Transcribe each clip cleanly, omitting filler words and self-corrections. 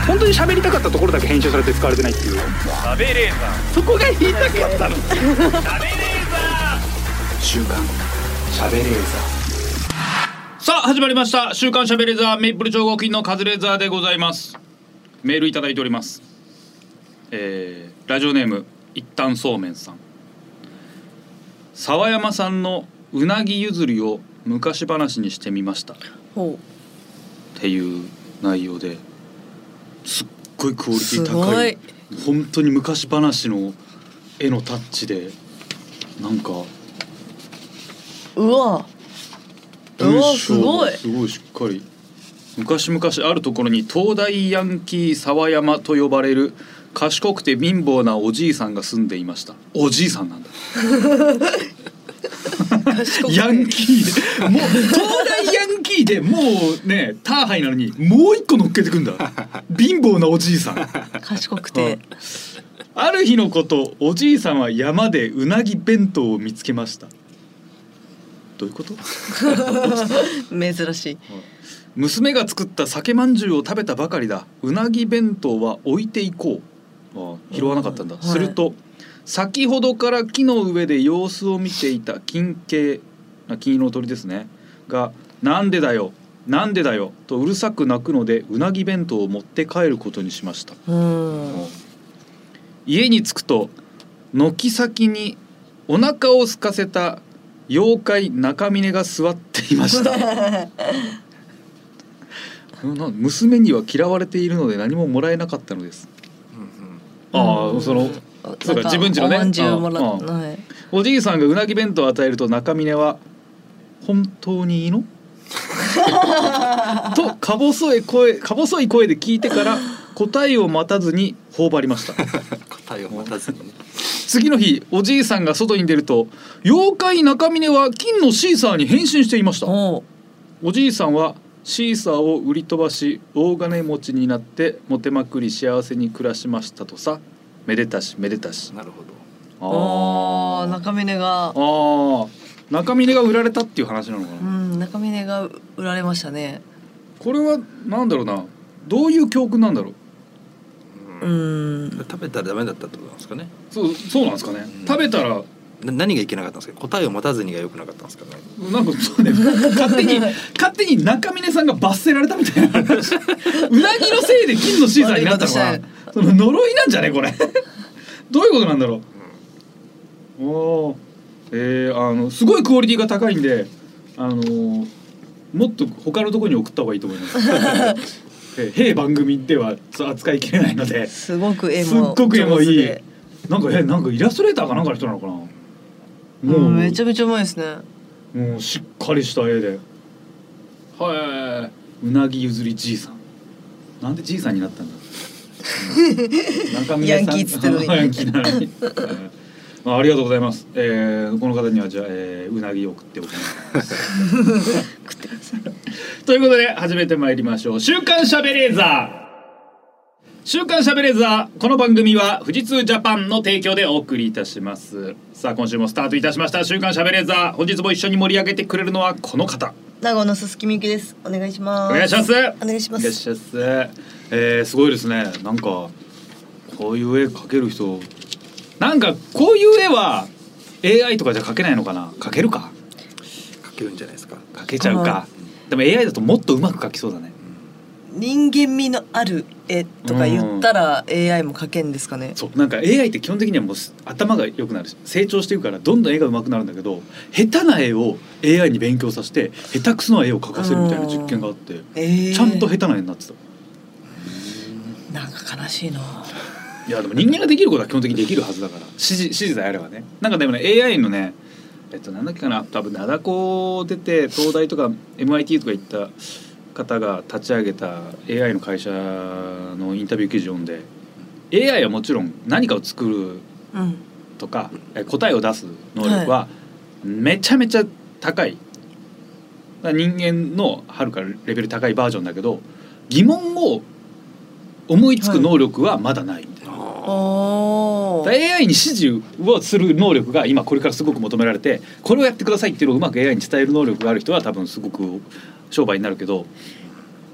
本当に喋りたかったところだけ編集されて使われてないっていう。 食べレーザー、 そこが言いたかったの。 食べレーザ週刊しゃべレーザさあ始まりました週刊しゃべレーザー、メイプル超合金のカズレーザーでございます。メールいただいております。ラジオネーム一旦そうめんさん。沢山さんのうなぎ譲りを昔話にしてみましたっていう内容で、すっごいクオリティ高い、本当に昔話の絵のタッチで、なんかうわすごいしっかり。昔々あるところに東大ヤンキー沢山と呼ばれる賢くて貧乏なおじいさんが住んでいました。おじいさんなんだ。ヤンキーでもう東大ヤンキーでもうねターハイなのにもう一個乗っけてくんだ。貧乏なおじいさん。 賢くてある日のこと、おじいさんは山でうなぎ弁当を見つけました。どういうこと？ 珍しい。 娘が作った酒まんじゅうを食べたばかりだ。うなぎ弁当は置いていこう。拾わなかったんだ。すると先ほどから木の上で様子を見ていた金色の鳥ですねが、なんでだよなんでだよとうるさく鳴くので、うなぎ弁当を持って帰ることにしました。家に着くと軒先にお腹を空かせた妖怪中峰が座っていました。娘には嫌われているので何ももらえなかったのです。そうか、自分家のね、おじいさんがうなぎ弁当を与えると中峰は本当にいいのとか細い声で聞いてから答えを待たずに頬張りました。 答えを待たずに、ね、 次の日おじいさんが外に出ると妖怪中峰は金のシーサーに変身していました。おじいさんはシーサーを売り飛ばし大金持ちになってモテまくり幸せに暮らしましたとさ。めでたしめでたし。 なるほど。 中峰が売られたっていう話なのかな。 中峰が売られましたね。これはなんだろうな、どういう教訓なんだろう。 食べたらダメだったってことなんですかね。 そうなんですかね。食べたら何がいけなかったんですか。答えを待たずにが良くなかったんですかね。 なんかそうね、勝手に中峰さんが罰せられたみたいな話。うなぎのせいで金のシーサーになったのかな。その呪いなんじゃねこれ。どういうことなんだろう。すごいクオリティが高いんで、もっと他のところに送った方がいいと思います。弊番組では扱いきれないので。 すごく絵もいい。なんかイラストレーターかなんかの人なのかな。もうめちゃめちゃうまいですね。 もうしっかりした絵で。うなぎ譲りじいさん。なんでじいさんになったんだ。 ヤンキーっつってるのに。 ヤンキーなのに。ありがとうございます。この方にはじゃあ、うなぎを食っておきます。 食ってください。 ということで始めてまいりましょう。週刊しゃべレーザー。週刊しゃべレーザー。この番組は富士通ジャパンの提供でお送りいたします。さあ今週もスタートいたしました週刊しゃべレーザー。本日も一緒に盛り上げてくれるのはこの方。 名護のすすきみゆきです。お願いします。 お願いします。 お願いします。 すごいですね。なんかこういう絵描ける人、なんかこういう絵は AI とかじゃ描けないのかな。描けるか。 描けるんじゃないですか。 描けちゃうか。でも AI だともっとうまく描きそうだね。 人間味のある絵とか言ったら AI も描けんですかね。 そう、なんか AI って基本的にはもう頭が良くなるし成長していくからどんどん絵が上手くなるんだけど、下手な絵を AI に勉強させて下手くそな絵を描かせるみたいな実験があって、ちゃんと下手な絵になってた。 なんか悲しいな。 いやでも人間ができることは基本的にできるはずだから、指示さえあればね。なんかでもね AI のねなんだっけかな、多分灘高出て東大とか MIT とか行った方が立ち上げた AI の会社のインタビュー記事を読んで、 AI はもちろん何かを作るとか、答えを出す能力はめちゃめちゃ高い、人間のはるかレベル高いバージョンだけど、疑問を思いつく能力はまだないみたいな、AI に指示をする能力が今これからすごく求められて、これをやってくださいっていうのをうまく AI に伝える能力がある人は多分すごく商売になるけど、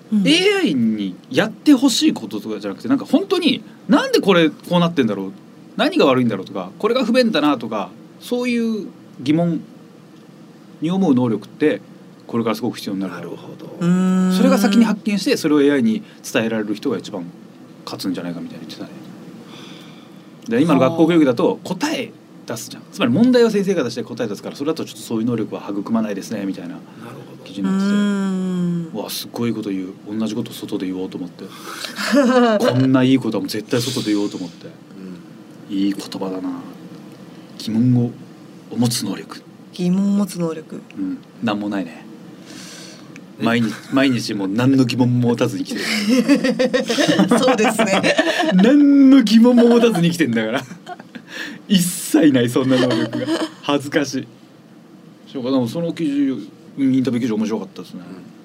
うん、 AI にやってほしいこととかじゃなくて、なんか本当になんでこれこうなってんだろう、何が悪いんだろうとか、これが不便だなとか、そういう疑問に思う能力ってこれからすごく必要になる。 なるほど。 それが先に発見して、それを AI に伝えられる人が一番勝つんじゃないかみたいな言ってたね。で今の学校教育だと答え出すじゃん。つまり問題を先生が出して答え出すから、それだとちょっとそういう能力は育まないですねみたいな記事になってて、わあすごいこと言う、同じこと外で言おうと思ってこんないいことはもう絶対外で言おうと思って、いい言葉だな。疑問を持つ能力。 疑問を持つ能力。 なんもないね。毎日もう何の疑問も持たずに生きてるそうですね何の疑問も持たずに生きてんだから一切ない、そんな能力が。恥ずかしい。でもその記事、インタビュー記事面白かったですね。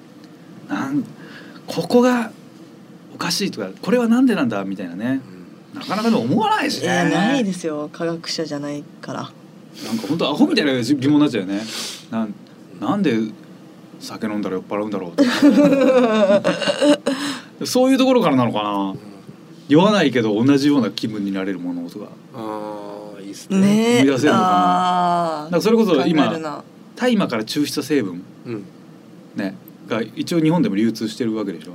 ここがおかしいとか、これはなんでなんだみたいなね、なかなかでも思わないしね。 いやないですよ、科学者じゃないから。 なんか本当アホみたいな疑問になっちゃうよね。なんで酒飲んだら酔っ払うんだろうとかそういうところからなのかな。酔わないけど同じような気分になれるものとか、 いいですね。 生み出せるのかな。なんかそれこそ今大麻から抽出した成分、ねが一応日本でも流通してるわけでしょ。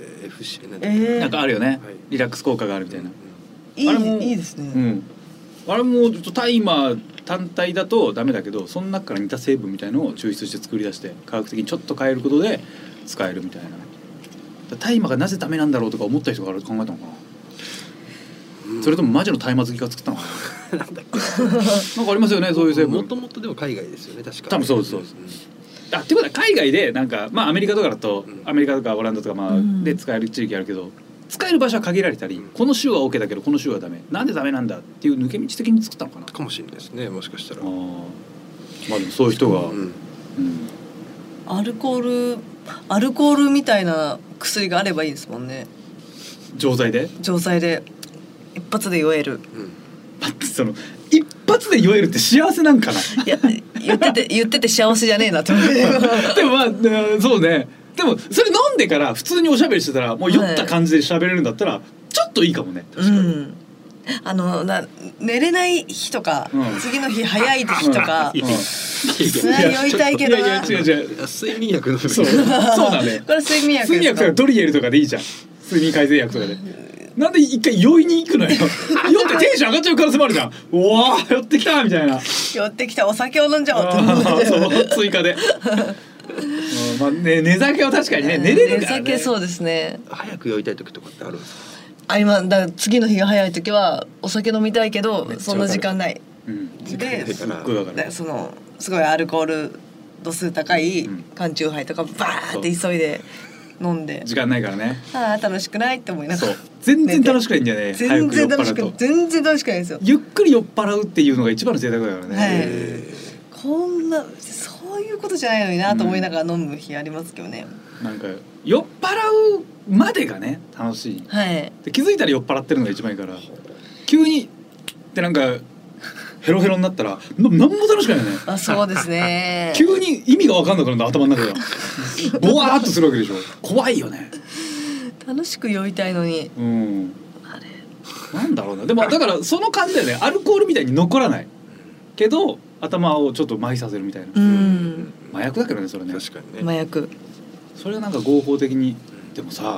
FC なんかあるよね、はい、リラックス効果があるみたいな。 あれもいいですね。 あれもちょっと大麻単体だとダメだけど、その中から似た成分みたいのを抽出して作り出して科学的にちょっと変えることで使えるみたいな。大麻がなぜダメなんだろうとか思った人が考えたのかな、それともマジの大麻好きが作ったのかななんかありますよね、そういう成分。 もともとでも海外ですよね、確か。 多分そうですそうです、ってことは海外でなんか、まあアメリカとかだと、アメリカとかオランダとかまあで使える地域あるけど、使える場所は限られたり、この州は OK だけどこの州はダメ、なんでダメなんだっていう抜け道的に作ったのかな。 かもしれないですね、もしかしたら。 まあでもそういう人が、 アルコールみたいな薬があればいいですもんね。 錠剤で一発で酔える。 その一発で酔えるって幸せなんかな。いや言ってて幸せじゃねえなと思ってでもまあそうね。でもそれ飲んでから普通におしゃべりしてたら、もう酔った感じで喋れるんだったらちょっといいかもね。確かに。 寝れない日とか、次の日早い日とか、酔いたいけどな。 違う睡眠薬のそうだね。 これ睡眠薬ですか。 睡眠薬とかドリエルとかでいいじゃん。睡眠改善薬とかで。なんで一回酔いに行くのよ。酔ってテンション上がっちゃう可能性もあるじゃん。うわー酔ってきたみたいな。 酔ってきた、お酒を飲んじゃおうって思って。 そう追加で。まあね、寝酒は確かにね、寝れるからね。 寝酒そうですね。 早く酔いたい時とかってあるんですか。 今だ次の日が早い時はお酒飲みたいけどそんな時間ない。で、そのすごいアルコール度数高い缶チューハイとかバーって急いで飲んで。 時間ないからね。 楽しくないって思いながら。 全然楽しくないんだよね。 全然楽しくないですよ。 ゆっくり酔っ払うっていうのが一番の贅沢だからね。 こんなそういうことじゃないのになと思いながら飲む日ありますけどね。 なんか酔っ払うまでがね楽しい。で気づいたら酔っ払ってるのが一番いいから、急にってなんかヘロヘロになったら何も楽しくないよね。 そうですね。 急に意味が分かんなくなるの、頭の中がボワーっとするわけでしょ。怖いよね。 楽しく酔いたいのに。 あれなんだろうな。でもだからその感じだよね。アルコールみたいに残らないけど頭をちょっと麻痺させるみたいな。麻薬だけどね、それね。 確かにね。 麻薬。 それはなんか合法的に。でもさ、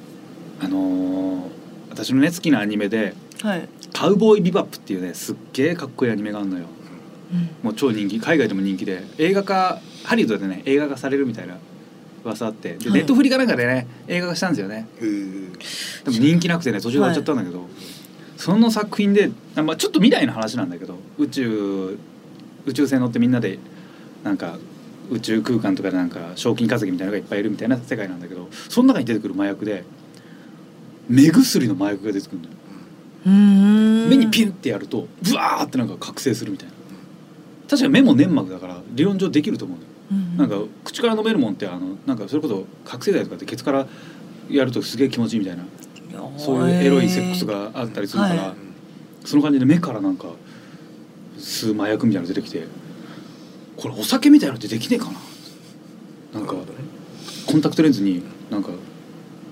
私のね好きなアニメで、カウボーイビバップっていうねすっげえかっこいいアニメがあるのよ。もう超人気、海外でも人気で、映画化ハリウッドでね映画化されるみたいな噂あって、でネットフリかなんかでね映画化したんですよね。でも人気なくてね途中で終わっちゃったんだけど、その作品で、まあ、ちょっと未来の話なんだけど、宇宙船乗ってみんなでなんか宇宙空間とかでなんか賞金稼ぎみたいなのがいっぱいいるみたいな世界なんだけど、その中に出てくる麻薬で目薬の麻薬が出てくるんだよ。目にピュンってやるとブワーってなんか覚醒するみたいな。確かに目も粘膜だから理論上できると思うんだよ。なんか口から飲めるもんってなんかそれこそ覚醒剤とかってケツからやるとすげえ気持ちいいみたいな、そういうエロいセックスがあったりするから、その感じで目からなんか吸う麻薬みたいなの出てきて、これお酒みたいなのってできねえかな。なんかコンタクトレンズになんか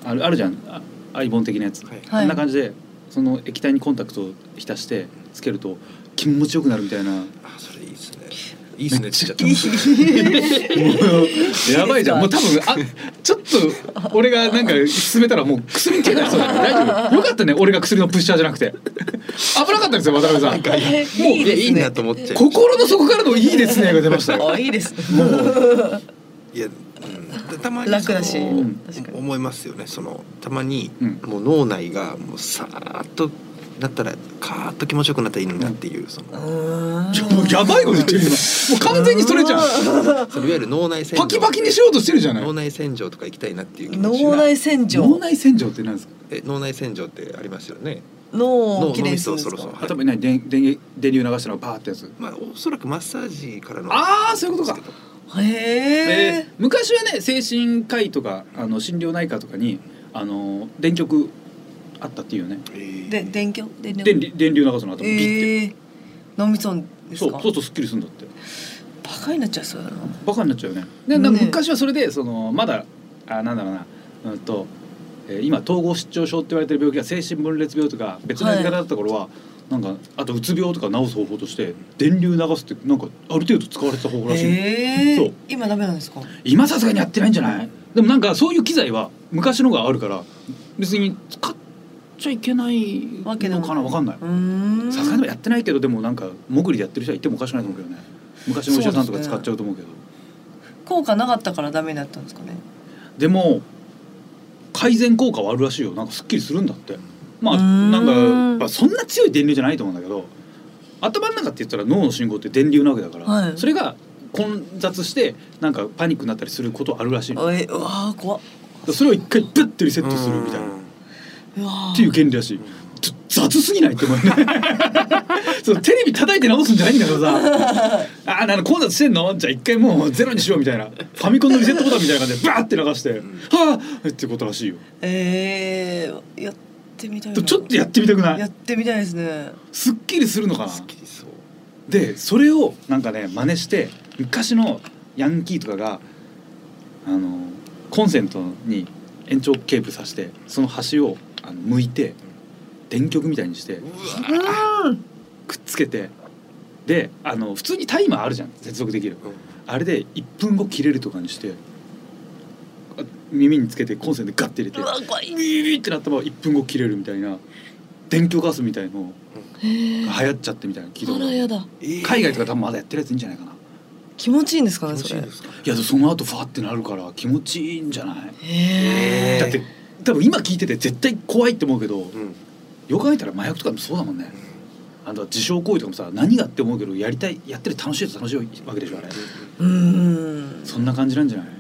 あるじゃん、アイボン的なやつ、 はい、 あんな感じでその液体にコンタクトを浸してつけると気持ちよくなるみたいな。 あ、それいいですね。いいですねって言っちゃった。 やばいじゃん。もう多分ちょっと俺がなんか進めたらもう薬に手出しそうだから大丈夫。よかったね、俺が薬のプッシャーじゃなくて。危なかったですよ渡辺さん。もういいなと思っちゃう。 心の底からのいいですねが出ましたよ。 あ、いいです。 もういや、たまに楽だし、 思いますよね。たまにもう脳内がもうさーっとなったらカーッと気持ちよくなったらいいのになっていう、もうやばいこと言ってるよ。もう完全にそれじゃん。 いわゆる脳内洗浄、 パキパキにしようとしてるじゃない。 脳内洗浄とか行きたいなっていう気持ちが。 脳内洗浄。 脳内洗浄って何ですか。 脳内洗浄ってありますよね。 脳をきれいにするんですか。 頭に電流流したのパーってやつ。 まあおそらくマッサージからの。 ああ、そういうことか。 へえ。 昔はね、精神科医とか心療内科とかに電極あったっていうね。 で電流流すの頭ビッて。 脳みそですか。 そうすっきりするんだって。 バカになっちゃうそうだな。 バカになっちゃうよね。でなんか昔はそれでまだなんだろうな、今統合失調症って言われてる病気が精神分裂病とか別のやり方だった頃は、なんかあとうつ病とか治す方法として電流流すってなんかある程度使われてた方法らしい。そう。 今ダメなんですか。 今さすがにやってないんじゃない？でもなんかそういう機材は昔のがあるから別に使っちゃいけないのかな、わかんない。さすがにやってないけど、でもなんか潜りでやってる人はいてもおかしくないと思うけどね。昔のお医者さんとか使っちゃうと思うけど。 効果なかったからダメになったんですかね。 でも改善効果はあるらしいよ。なんかすっきりするんだって。まあなんかそんな強い電流じゃないと思うんだけど、頭の中って言ったら脳の信号って電流なわけだから、それが混雑してなんかパニックになったりすることあるらしいの。 うわ怖っ。 それを一回ブッてリセットするみたいなっていう原理らしい。雑すぎないって思うね。そのテレビ叩いて直すんじゃないんだからさ。なんか混雑してんの？じゃあ一回もうゼロにしようみたいな。ファミコンのリセットボタンみたいな感じでバーって流して、はあってことらしいよ。 やってみたいな。 ちょっとやってみたくない？ やってみたいですね。 すっきりするのかな。 すっきりそう。 でそれをなんかね真似して昔のヤンキーとかがコンセントに延長ケーブルさしてその端を剥いて電極みたいにしてくっつけて、で普通にタイマーあるじゃん、接続できる、あれで1分後切れるとかにして耳につけてコンセントガッて入れてビーってなったら1分後切れるみたいな電極ガスみたいのが流行っちゃってみたいな聞いたことある。 やだ。 海外とか多分まだやってるやついいんじゃないかな。 気持ちいいんですかねそれ。いやその後ファってなるから気持ちいいんじゃない。だって多分今聞いてて絶対怖いって思うけど、よく考えたら麻薬とかもそうだもんね。自傷行為とかもさ、何がって思うけどやってる楽しいと楽しいわけでしょあれ。そんな感じなんじゃない。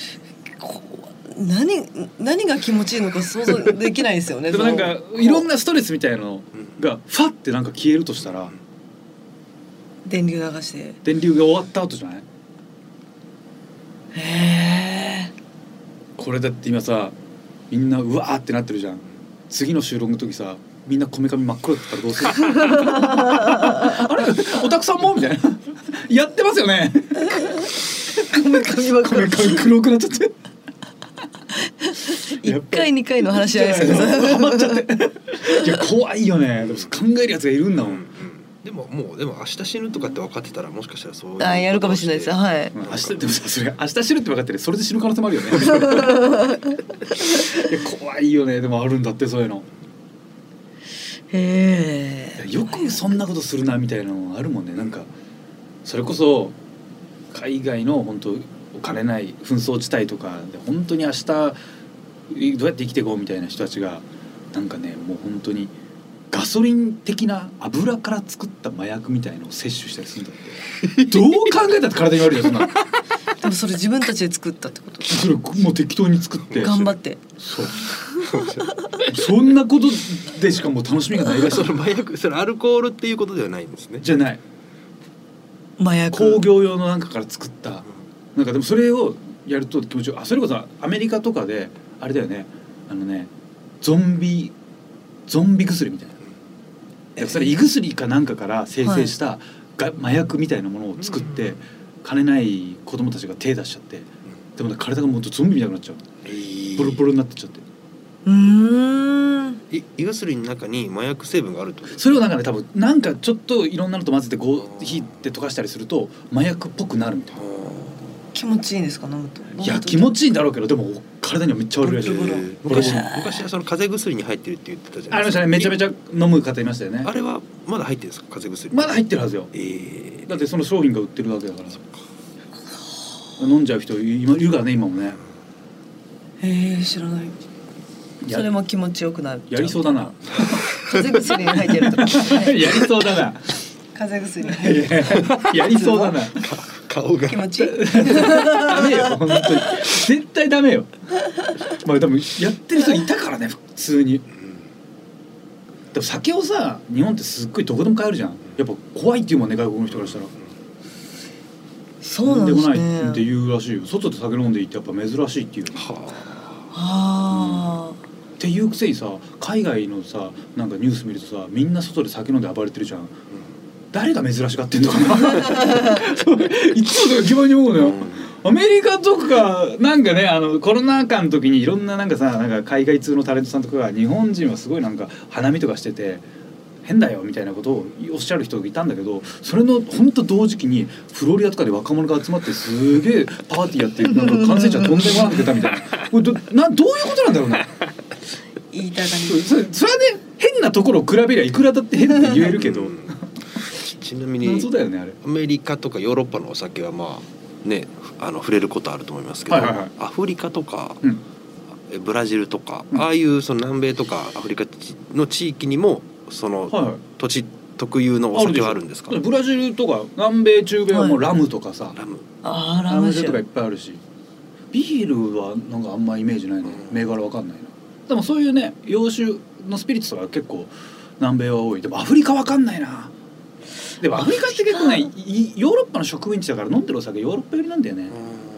何が気持ちいいのか想像できないですよね。 でもなんかいろんなストレスみたいなのがファってなんか消えるとしたら、 電流流して電流が終わった後じゃない。これだって今さみんなうわーってなってるじゃん。次の収録の時さみんなこめかみ真っ黒だったらどうする？あれおたくさんもみたいなやってますよね。 こめかみ黒くなっちゃって 1回2回の話し合いですよね。 ハマっちゃっていや怖いよね。でも考えるやつがいるんだもん。 でも明日死ぬとかって分かってたらもしかしたらそういうやるかもしれないです。はい。 明日でもさそれ明日死ぬって分かってるそれで死ぬ可能性もあるよね。いや怖いよね。でもあるんだってそういうの。よくそんなことするなみたいなのあるもんね。なんかそれこそ海外の本当お金ない紛争地帯とかで本当に明日どうやって生きていこうみたいな人たちがなんかねもう本当にガソリン的な油から作った麻薬みたいのを摂取したりするんだって。どう考えたって体に悪いよそんな。 でもそれ自分たちで作ったってこと？ それもう適当に作って頑張って。 そうそんなことでしかもう楽しみがないらしい。 その麻薬それアルコールっていうことではないんですね。 じゃない麻薬工業用のなんかから作ったなんかでもそれをやると気持ちよい。それこそアメリカとかであれだよねゾンビ薬みたいな。それ胃薬かなんかから生成した麻薬みたいなものを作って金ない子供たちが手出しちゃって、でも体がもっとゾンビみたいになっちゃう。ボロボロになってっちゃって胃薬の中に麻薬成分があるってこと？ それをなんかね多分なんかちょっといろんなのと混ぜて火って溶かしたりすると麻薬っぽくなるみたいな。 気持ちいいんですか飲むと？ いや気持ちいいんだろうけどでも体にはめっちゃ悪いらしい。 昔はその風邪薬に入ってるって言ってたじゃないですか。 ありましたね。めちゃめちゃ飲む方いましたよね。 あれはまだ入ってるんですか風邪薬？ まだ入ってるはずよ。だってその商品が売ってるわけだから。飲んじゃう人いるからね今もね。 知らない。それも気持ちよくなる。 やりそうだな。 風邪薬に入ってるとか。 やりそうだな。 風邪薬に入ってる。 やりそうだな。 顔が気持ちいい。 ダメよ本当に絶対ダメよ。まあ多分やってる人いたからね普通に。でも酒をさ日本ってすっごいどこでも買えるじゃん。やっぱ怖いっていうもんね外国の人からしたら。 そうなんですね。 でもないって言うらしいよ。外で酒飲んでいいってやっぱ珍しいっていう。っていうくせにさ海外のさなんかニュース見るとさみんな外で酒飲んで暴れてるじゃん。誰が珍しがってんのかな。いつも疑問に思うのよ。アメリカとかなんかねコロナ禍の時にいろんななんかさなんか海外通のタレントさんとかが日本人はすごいなんか花見とかしてて変だよみたいなことをおっしゃる人がいたんだけどそれの本当同時期にフロリダとかで若者が集まってすげえパーティーやってなんか感染者とんでもなく出たみたいなこれどういうことなんだろうな。 言いたがりそれはね変なところを比べりゃいくらだって変って言えるけどちなみにそうだよねあれ。 アメリカとかヨーロッパのお酒はまあね触れることあると思いますけど、アフリカとか、ブラジルとか、ああいうその南米とかアフリカの地域にもその、土地特有のお酒はあるんですか？ ブラジルとか南米中米はもうラムとかさ、 ラム酒とかいっぱいあるしビールはなんかあんまイメージないね。銘柄わかんないな。でもそういうね洋酒のスピリッツとか結構南米は多い。でもアフリカわかんないな。でもアフリカって結構ねヨーロッパの植民地だから飲んでるお酒ヨーロッパ寄りなんだよね。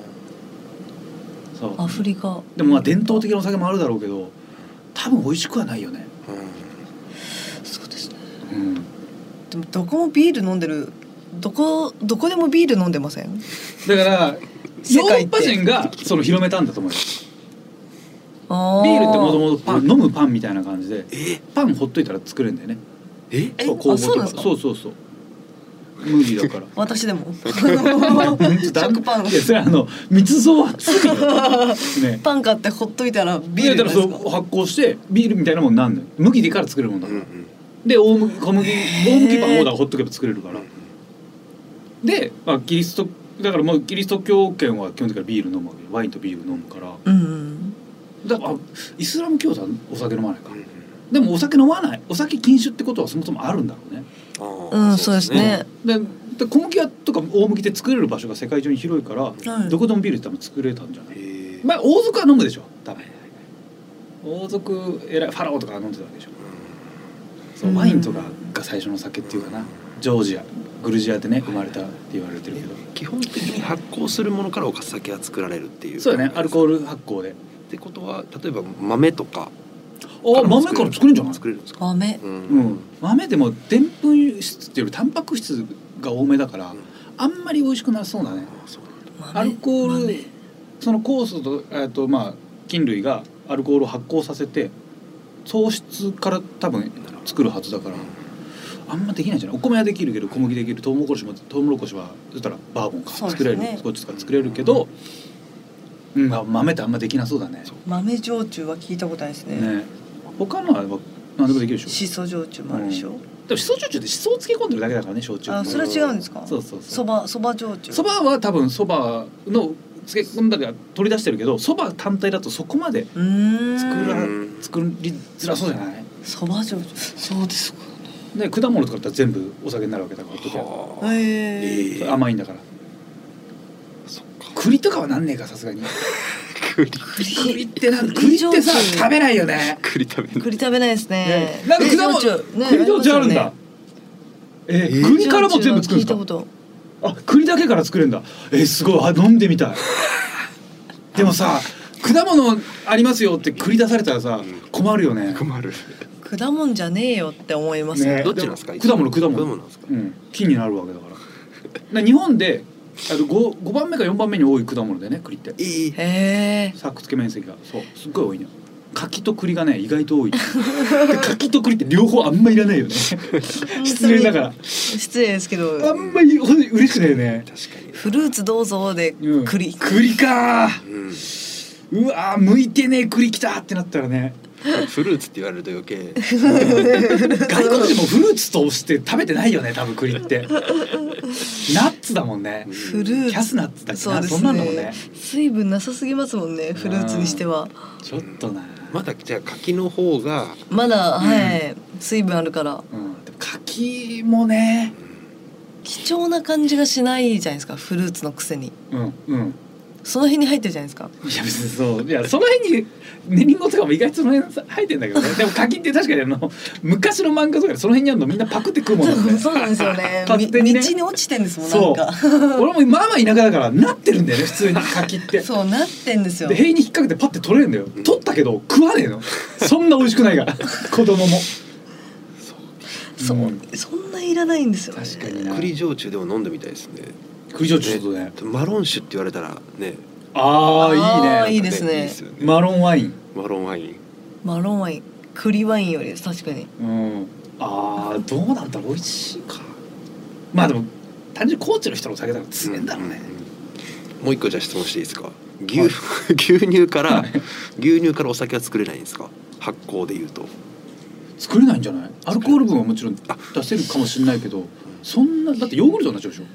そうアフリカでもまあ伝統的なお酒もあるだろうけど多分美味しくはないよね。 そうですね。でもどこもビール飲んでるどこでもビール飲んでません？ だからヨーロッパ人がその広めたんだと思うよ。ビールってもともとパン飲むパンみたいな感じでパンほっといたら作れるんだよね。 そうなんですか？ そう麦だから私でも食パンいやそれ密造は罪よ、ね、 パン買ってほっといたらビールですか？ 発酵してビールみたいなもんなんのよ。麦でから作れるもんだから、で大麦パンをほっとけば作れるから、で、まあ、だからもうキリスト教圏は基本的にはビール飲むわけ。ワインとビール飲むから、だからイスラム教徒はお酒飲まないから、でもお酒飲まないお酒禁酒ってことはそもそもあるんだろうね。 そうですね。 で小麦とか大麦で作れる場所が世界中に広いから、どこでもビールって多分作れたんじゃない。まあ王族は飲むでしょ多分。王族ファラオとか飲んでたわけでしょ。そうワインとかが最初の酒っていうかな。ジョージアグルジアでね生まれたって言われてるけど、 基本的に発酵するものからお酒は作られるっていう。 そうだねアルコール発酵で。 ってことは例えば豆とか豆から作るんじゃない？ 作れるんですか？ 豆でもでんぷん質っていうよりタンパク質が多めだから、あんまり美味しくなさそうだね。アルコールその酵素とまあ菌類がアルコールを発酵させて糖質から多分作るはずだから、あんまできないじゃない。お米はできるけど小麦できる。トウモロコシはそしたらバーボンか作れる、スコッチとか作れるけど、豆ってあんまできなそうだね。 豆焼酎は聞いたことないですね。 他のは何でもできるでしょ。 しそ焼酎もあるでしょ。 でもしそ焼酎ってしそを漬け込んでるだけだからね焼酎。 それは違うんですか？ そう。 そば焼酎。 そばは多分そばの漬け込んだりは取り出してるけど、そば単体だとそこまで作りづらそうじゃない？ そば焼酎。そうですかね。で果物とかだったら全部お酒になるわけだから。甘いんだから。栗とかはなんねえかさすがに。栗ってさ食べないよね。 栗食べないですね。 なんか果物栗焼酎あるんだ。栗からも全部作るんですか？栗だけから作れるんだ。すごい。飲んでみたい。でもさ果物ありますよって栗出されたらさ困るよね。 困る。 果物じゃねえよって思いますね。 どっちなんですか？ 果物なんですか？木になるわけだから。日本で5番目か4番目に多い果物でね栗って。 へえ。 作付け面積がすっごい多いの。 柿と栗がね意外と多いで柿と栗って両方あんまいらないよね失礼だから失礼ですけどあんまり嬉しくないよね。 確かにフルーツどうぞで栗、 栗か、うわ向いてねえ栗きたってなったらねフルーツって言われると余計外国人もフルーツとして食べてないよね多分栗ってナッツだもんね。 フルーツキャスナッツだっけな、 そうですね、 そんなんだもんね。 水分なさすぎますもんねフルーツにしては。 ちょっとなまだじゃあ柿の方がまだ、はい水分あるから、 でも柿もね貴重な感じがしないじゃないですかフルーツのくせに。その辺に入ってるじゃないですか。 いや別にそういやその辺にねりんごとかも意外とその辺入ってんだけどねでも柿って確かに昔の漫画とかでその辺にあるのみんなパクって食うもんだもんねそうなんですよね勝手にね道に落ちてんですもんなんか俺もまあまあ田舎だからなってるんだよね普通に柿ってそうなってんですよ。 で塀に引っ掛けてパッて取れるんだよ、取ったけど食わねえのそんな美味しくないから子供もそう、そんないらないんですよ、ね、 確かにな。 栗焼酎でも飲んでみたいですね。 栗焼酎ちょっとねマロン酒って言われたらねああいいねいいですね。 マロンワインマロンワインマロンワイン栗ワインよりです確かに。 ああどうなんだろう美味しいか。まあでも単純に高知の人のお酒だから強いんだろうね、 もう一個じゃあ質問していいですか。牛乳からお酒は作れないんですか。発酵でいうと作れないんじゃない。アルコール分はもちろん出せるかもしれないけどそんなだってヨーグルトになっちゃうでしょ。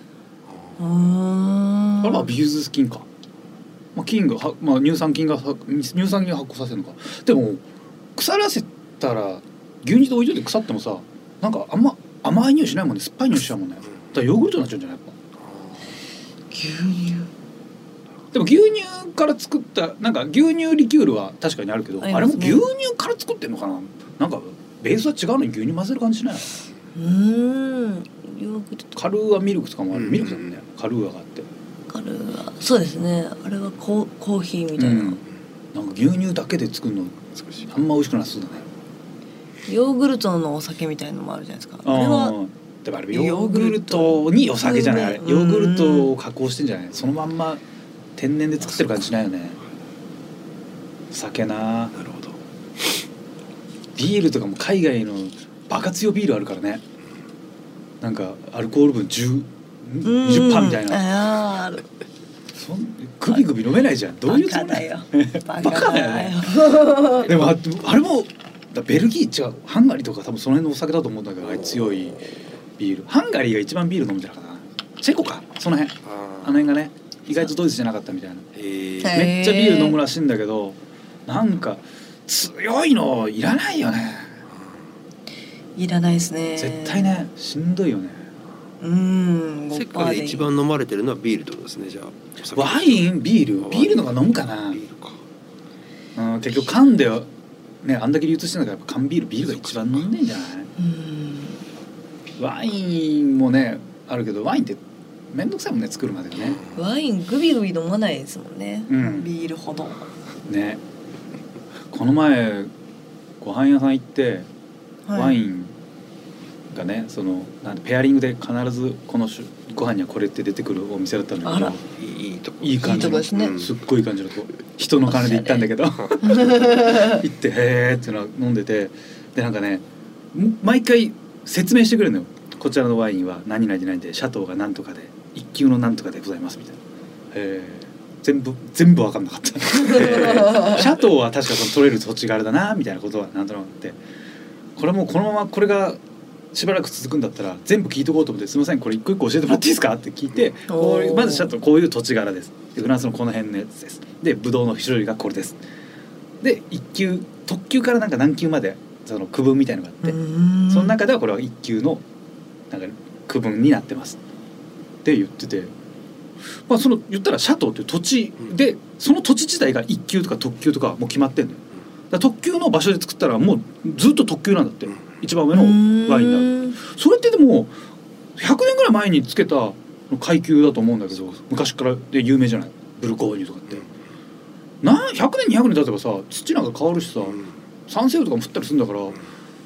あれはビフィズス菌か、菌が乳酸菌が発酵させるのか。でも腐らせたら牛乳で置いといて腐ってもさなんかあんま甘い匂いしないもんね。酸っぱい匂いしちゃうもんね。だからヨーグルトになっちゃうんじゃない。やっぱ牛乳でも牛乳から作ったなんか牛乳リキュールは確かにあるけど あれも牛乳から作ってんのかな。なんかベースは違うのに牛乳混ぜる感じしない。 ヨーグルトカルーアミルクとかもある、ミルクだもんね。カルーアがあってカルーアそうですね。あれはコーヒーみたいな、 なんか牛乳だけで作るのあんま美味しくなさそうだね。 ヨーグルトのお酒みたいのもあるじゃないですか。あれはでもあれヨーグルトにお酒じゃない。あれヨーグルトを加工してんじゃない。そのまんま天然で作ってる感じしないよね。酒な。 なるほど。 ビールとかも海外のバカ強ビールあるからね。なんかアルコール分20%みたいな。 ある。 グビグビ飲めないじゃん。どういうつもりだよ。バカだよね。でもあれもベルギー違うハンガリーとか多分その辺のお酒だと思うんだけど、あれ強いビール。ハンガリーが一番ビール飲んでたかな。チェコかその辺。あの辺がね意外とドイツじゃなかったみたいな。めっちゃビール飲むらしいんだけどなんか強いのいらないよね。 いらないですね。 絶対ねしんどいよね。 世界で一番飲まれてるのはビールってことですね。じゃあワインビールのが飲むかな。 ビールか。 結局缶でねあんだけ流通してるんだから缶ビールが一番飲んでんじゃない。ワインもねあるけどワインってめんどくさいもんね作るまでね。 ワイングビグビ飲まないですもんね、ビールほどね。この前ご飯屋さん行って、ワインがねそのペアリングで必ずこのご飯にはこれって出てくるお店だったんだけどいい感じの、すっごいいい感じの人の金で行ったんだけど行ってへーっていうのは飲んでて、でなんかね毎回説明してくれるのよ。こちらのワインは何々でシャトーが何とかで一級の何とかでございますみたいな。全部分かんなかった。シャトーは確かその取れる土地があれだなみたいなことはなんとなくあって、これもこのままこれがしばらく続くんだったら全部聞いとこうと思って、すみませんこれ一個一個教えてもらっていいですかって聞いて、まずシャトーこういう土地柄です。でフランスのこの辺のやつです。でブドウの種類がこれです。で一級特級からなんか何級までその区分みたいのがあって、その中ではこれは一級のなんか区分になってますって言ってて、その言ったらシャトーっていう土地で、その土地自体が一級とか特級とかもう決まってんのよ。だ特級の場所で作ったらもうずっと特級なんだって、一番上のワインになる。それってでも100年ぐらい前につけた階級だと思うんだけど、昔からで有名じゃない、ブルゴーニュとかって。100年200年経てばさ土なんか変わるしさ、酸性雨とかも降ったりするんだから、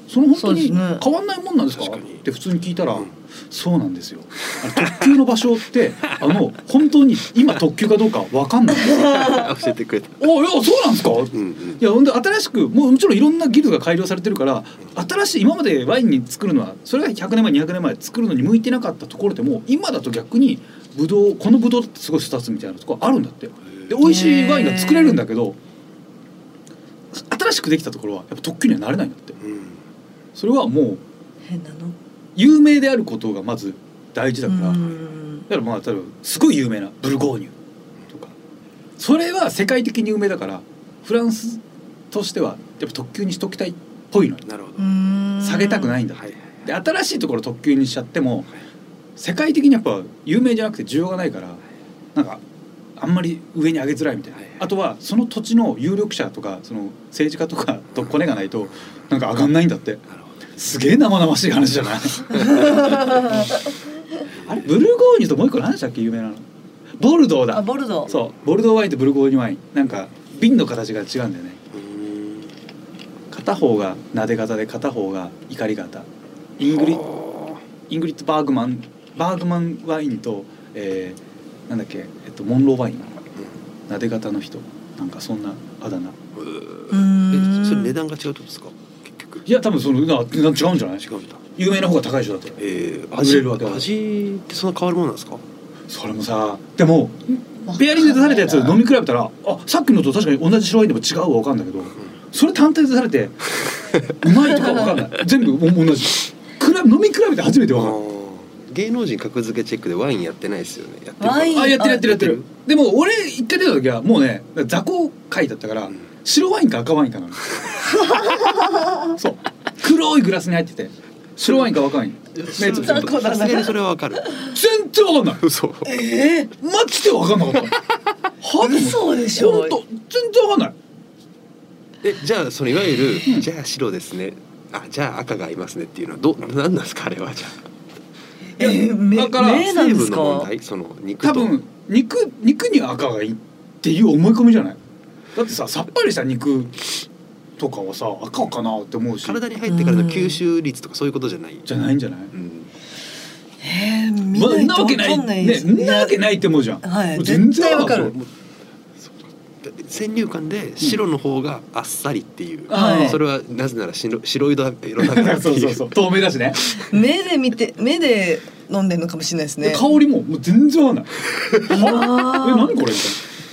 その本当に変わんないもんなんですかって普通に聞いたら、そうなんですよ、特急の場所って本当に今特急かどうか分かんないんですよ教えてくれた。 いやそうなんですか、いやほんで新しくもちろんいろんな技術が改良されてるから、新しい今までワインに作るのはそれが100年前200年前作るのに向いてなかったところでも、今だと逆にこのブドウってすごいスタッツみたいなとこあるんだって。で美味しいワインが作れるんだけど、新しくできたところはやっぱ特急にはなれないんだって、それはもう変なの有名であることがまず大事だから、だからまあ例えばすごい有名なブルゴーニュとか、それは世界的に有名だからフランスとしてはやっぱ特急にしときたいっぽいのよ。 なるほど。 下げたくないんだって、で新しいところ特急にしちゃっても世界的にやっぱ有名じゃなくて需要がないから、なんかあんまり上に上げづらいみたいな、あとはその土地の有力者とかその政治家とかとコネがないとなんか上がんないんだって。すげえ生々しい話じゃないあれブルゴーニュともう一個何でしたっけ有名なの。ボルドーだ。 ボルドー。 そうボルドーワインとブルゴーニュワイン、なんか瓶の形が違うんだよね。片方がなで型で片方が怒り型。イングリッド・バーグマンワインと、なんだっけ、モンローワイン、なで型の人、なんかそんなあだ名。 それ値段が違うってことですか結局。 いや多分その違うんじゃない。違うんだ。有名な方が高い人だって。 味ってそんな変わるものなんですか。それもさ、でもペアリングで出されたやつ飲み比べたら、さっきのと確かに同じ白ワインでも違うは分かるんだけど、それ単体で出されてうまいとか分かんない。全部同じ。飲み比べて初めて分かる。 芸能人格付けチェックでワインやってないですよね。やってる。でも俺一回出た時はもうね雑魚会だったから、白ワインか赤ワインかなのそう黒いグラスに入ってて白ワインか赤ワイン。 さすがにそれは分かる。 全然分かんない。 嘘。 マジで分かんなかった。 嘘でしょ。 本当全然分かんない。 じゃあそのいわゆる、じゃあ白ですね、じゃあ赤が合いますねっていうのは何なんですかあれは。じゃあだから成分の問題、その肉と多分肉には赤がいいっていう思い込みじゃない。だってさっぱりした肉とかはさ赤かなって思うし、 体に入ってからの吸収率とかそういうことじゃないんじゃない。 見ないと分かんないですね。 なわけないって思うじゃん。 全然わかる。 先入観で白の方があっさりっていう、それはなぜなら白色だからっていう。 そう透明だしね。 目で飲んでるのかもしれないですね。 香りもう全然わかんない。何これみたいな。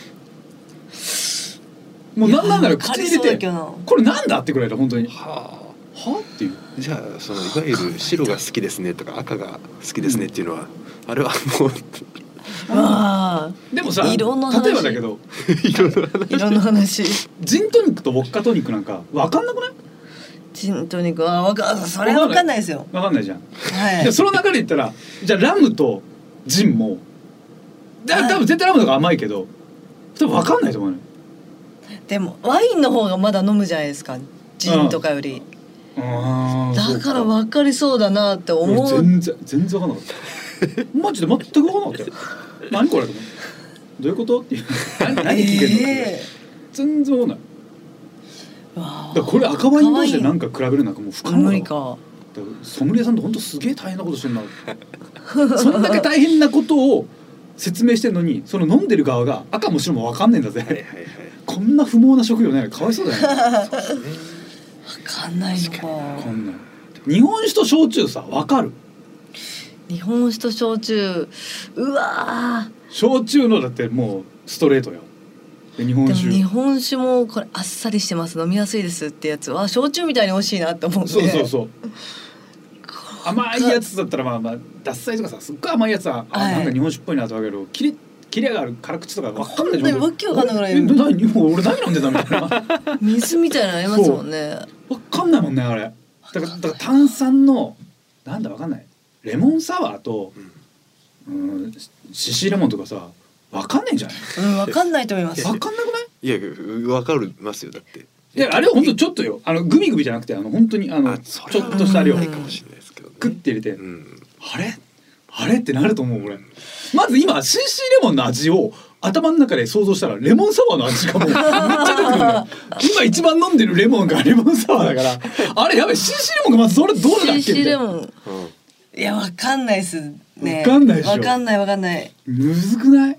もうなんなら口に入れてこれなんだってくらいだ本当に。はっていう。 じゃあそのいわゆる白が好きですねとか赤が好きですねっていうのは、あれはもうでもさ、例えばだけど色の話ジントニックとウォッカトニックなんか分かんなくない？ ジントニックはそれは分かんないですよ。 分かんないじゃん。その中で言ったらじゃあラムとジンも多分絶対ラムの方が甘いけど多分分かんないと思うね。 でもワインの方がまだ飲むじゃないですか、ジンとかより。だから分かりそうだなって思う。 全然分かんなかったマジで全く分かんなかったよ。何これと思ってどういうことっていう何聞けるの、全然分かんない。だからこれ赤ワイン同士で何か比べるなんかもう不可能だ。無理か。ソムリエさんって本当すげえ大変なことしてるなそんだけ大変なことを説明してるのに、その飲んでる側が赤も白も分かんねえんだぜ。こんな不毛な職業ないのかわいそうだよね。分かんないのか。 分かんない。日本酒と焼酎さ分かる？ 日本酒と焼酎、うわー。 焼酎のだってもうストレートよ。で日本酒。 でも日本酒もこれあっさりしてます、飲みやすいですってやつは焼酎みたいに美味しいなって思って。 そう甘いやつだったらまあ獺祭とかさすっごい甘いやつは、なんか日本酒っぽいなと分かるけど、切れがある辛口とか分かんないじゃん。 わけわかんないぐらい。 俺何飲んでたみたいな。 水みたいなのありますもんね。 分かんないもんねあれ。だから炭酸のなんだ分かんない。レモンサワーと、シシレモンとかさ分かんないんじゃない？ 分かんないと思います。 分かんなくない？ いや分かりますよだって。 いやあれは本当ちょっとよ、グミグミじゃなくて本当にちょっとした量かもしれないですけど、グッて入れて、あれってなると思う俺。まず今 CC レモンの味を頭の中で想像したらレモンサワーの味がもうめっちゃ出てくるんだよ。 今一番飲んでるレモンがレモンサワーだからあれやべ CC レモンがまずどれだっけ CC レモン、いやわかんないっすね。 わかんないでしょ。 わかんないむずくない？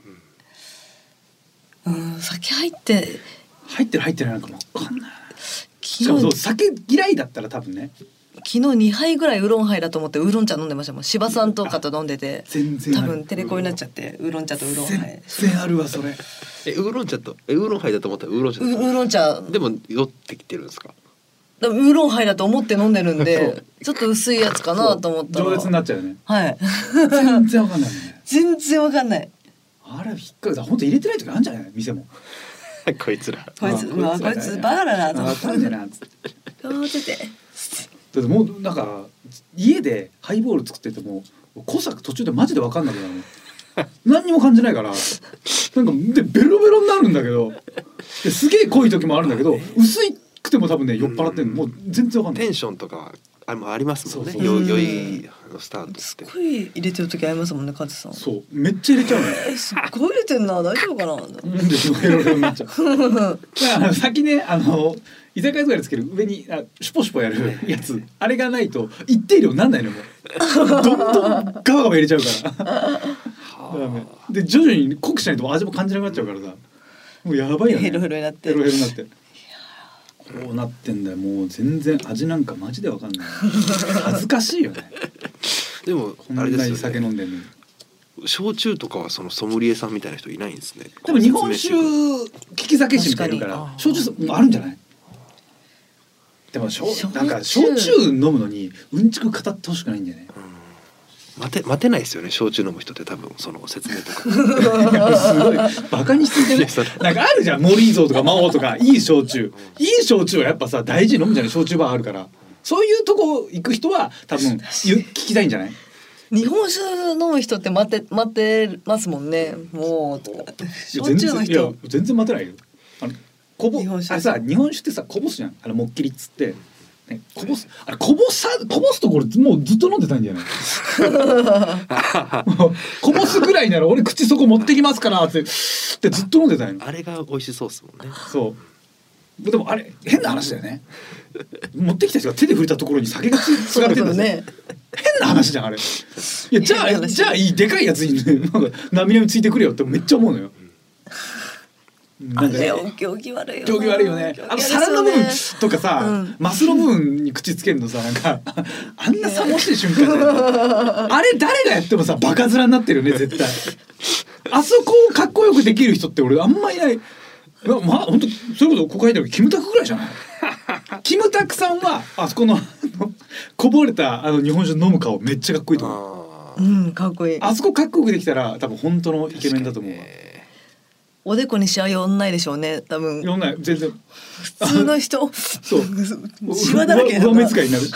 酒入ってないなんかもわかんない。しかもそう酒嫌いだったら多分ね。 昨日2杯ぐらいウーロンハイだと思ってウーロン茶飲んでましたもん。柴さんとかと飲んでて全然多分テレコになっちゃってウーロン茶とウーロンハイ全然あるわそれ。 ウーロン茶とウーロンハイだと思ったらウーロン茶ウーロン茶でも酔ってきてるんですか？ ウーロンハイだと思って飲んでるんでちょっと薄いやつかなと思ったら饒舌になっちゃうよね。 はい全然わかんないね。 全然わかんない。 あれ引っかか本当入れてない時あるんじゃない店も。 こいつらこいつバカだなと思って。 わかんないなっつって。 頑張ってて。 だってもうなんか家でハイボール作ってても濃さ途中でマジで分かんなくなるの何にも感じないからなんかでベロベロになるんだけどですげえ濃い時もあるんだけど薄いくても多分ね酔っ払ってんのもう全然分かんない。 テンションとかありますもんね。 そう酔いのスタートってすごい入れてる時ありますもんねカズさん。 そうめっちゃ入れちゃうのよ。 すっごい入れてんな大丈夫かな。 ベロベロになっちゃう。先ね居酒屋とかでつける上にシュポシュポやるやつあれがないと一定量なんないのもうどんどんガバガバ入れちゃうからで徐々に濃くしないと味も感じなくなっちゃうからさもうやばいよね。 ヘロヘロになってヘロヘロになってこうなってんだよ。もう全然味なんかマジでわかんない。恥ずかしいよね。 でもこんなに酒飲んでんのに。 焼酎とかはそのソムリエさんみたいな人いないんですね。 でも日本酒利き酒師みたいなのから焼酎あるんじゃない？でもなんか焼酎飲むのにうんちく語ってほしくないんだよね。 待てないですよね焼酎飲む人って多分その説明とかいやすごいバカにしててね。なんかあるじゃんモリーゾーとか魔王とかいい焼酎はやっぱさ大事に飲むじゃない。焼酎バーあるからそういうとこ行く人は多分聞きたいんじゃない？ 日本酒飲む人って待ってますもんね。もう焼酎の人全然待てないよ。日本酒ってさこぼすじゃんもっきりっつって、ね、こぼすところもうずっと飲んでたんじゃないこぼすぐらいなら俺口そこ持ってきますからってずっと飲んでたんよ。 あれが美味しそうですもんね。 そうでもあれ変な話だよね。持ってきた人が手で触れたところに酒がつがれてるんだね。変な話じゃんあれ。いやじゃあいいでかいやつになんかなみなみついてくれよってめっちゃ思うのよ。 なんか行儀悪いよね。皿の部分とかさ、マスの部分に口つけるのさなんかあんなさもしい瞬間あれ誰がやってもさバカ面になってるよね絶対。あそこをかっこよくできる人って俺あんまいない。本当そういうことここ書いてあるキムタクぐらいじゃない？キムタクさんはあそこのこぼれた日本酒飲む顔めっちゃかっこいいと思う。 かっこいい。 あそこかっこよくできたら多分本当のイケメンだと思うわ。 おでこにシワ寄んないでしょうね多分。 寄んない全然。 普通の人そうシワだらけ上目遣いになる。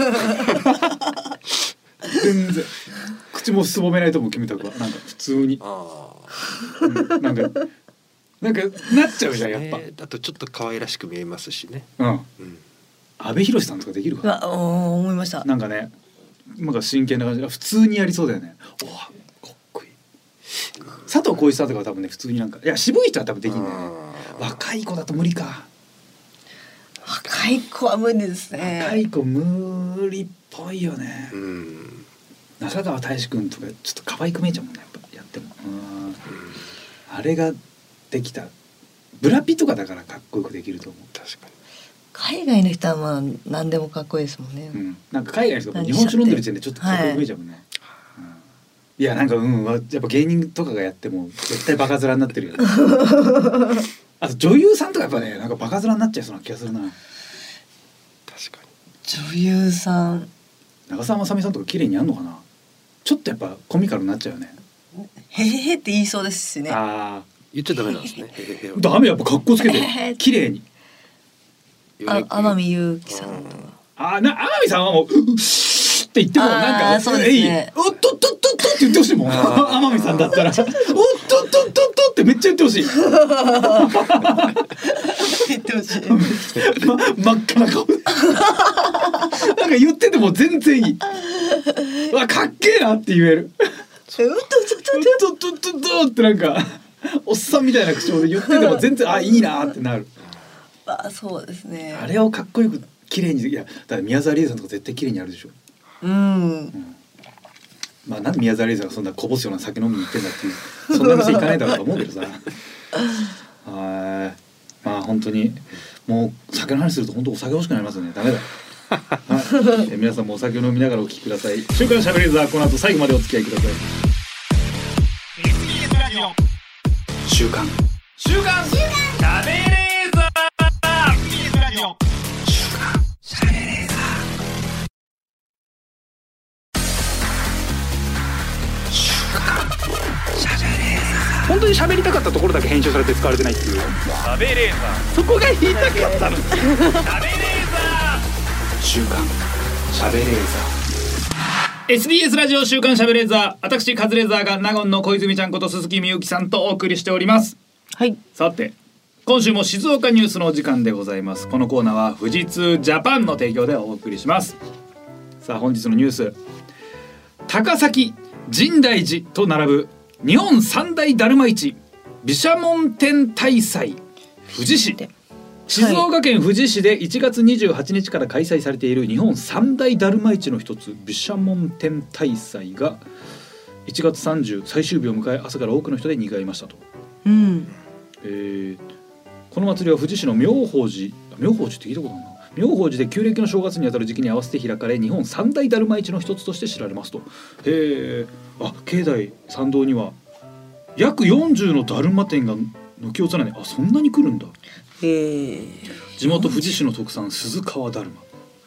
全然口もすぼめないと思うキムタクはなんか普通に。なんかなっちゃうじゃんやっぱ。 あとちょっと可愛らしく見えますしね。 阿部寛さんとかできるかな。 思いました。 なんかねなんか真剣な感じ普通にやりそうだよね。かっこいい。佐藤浩市さんとかは多分ね普通になんかいや渋い人は多分できんだよね。若い子だと無理か。 若い子は無理ですね。 若い子無理っぽいよね。中川大志くんとかちょっと可愛く見えちゃうもんねやっぱやっても。あれができたブラピとかだからかっこよくできると思う。確かに海外の人はまあ何でもかっこいいですもんね。 なんか海外の人が日本酒飲んでる時点でちょっとかっこよく見えちゃうもんね。いやなんかやっぱ芸人とかがやっても絶対バカ面になってるよね。あと女優さんとかやっぱねなんかバカ面になっちゃいそうな気がするな。 確かに女優さん長澤まさみさんとか綺麗にやんのかな。ちょっとやっぱコミカルになっちゃうよね。 へへへって言いそうですしね。 言っちゃダメなんですね。 ダメやっぱ格好つけて綺麗に。 天海祐希さんとか。 天海さんはもうって言ってもなんかそうですね。 おっとっとっとっとって言ってほしいもん。天海さんだったらおっとっとっとっとってめっちゃ言ってほしい。 言ってほしい。 真っ赤な顔。なんか言ってても全然いい。わかっけえなって言える。うっとっとっとってなんかおっさんみたいな口調で言ってても全然いいなってなる。 あ、そうですね。 あれをかっこよく綺麗に、いやだから宮沢りえさんとか絶対綺麗にやるでしょ。まあなんで宮沢りえさんがそんなこぼすような酒飲みに行ってんだっていう、そんな店行かないだろうと思うけどさまあ本当にもう酒の話すると本当お酒欲しくなりますよね。ダメだはい、皆さんもお酒を飲みながらお聞きください。週刊しゃべれーザー、この後最後までお付き合いください。 週刊しゃべれーザー。 本当に喋りたかったところだけ編集されて使われてないっていう、 しゃべれーザー。 そこが言いたかったの。 しゃべれーザ週刊しゃべれーザ SBS ラジオ週刊しゃべれーザー、私カズレーザーが納言の小泉ちゃんこと鈴木みゆきさんとお送りしております。 はい。 さて今週も静岡ニュースのお時間でございます。このコーナーは富士通ジャパンの提供でお送りします。さあ本日のニュース、高崎深大寺と並ぶ日本三大だるま市毘沙門天大祭富士市、静岡県富士市で1月28日から開催されている日本三大だるま市の一つ毘沙門天大祭が1月30最終日を迎え、朝から多くの人で賑わいましたと。この祭りは富士市の妙法寺って聞いたことあるな。妙法寺で旧暦の正月にあたる時期に合わせて開かれ、日本三大だるま市の一つとして知られますと。境内参道には約40のだるま店が軒を連ね、そんなに来るんだ。地元富士市の特産鈴川だるま。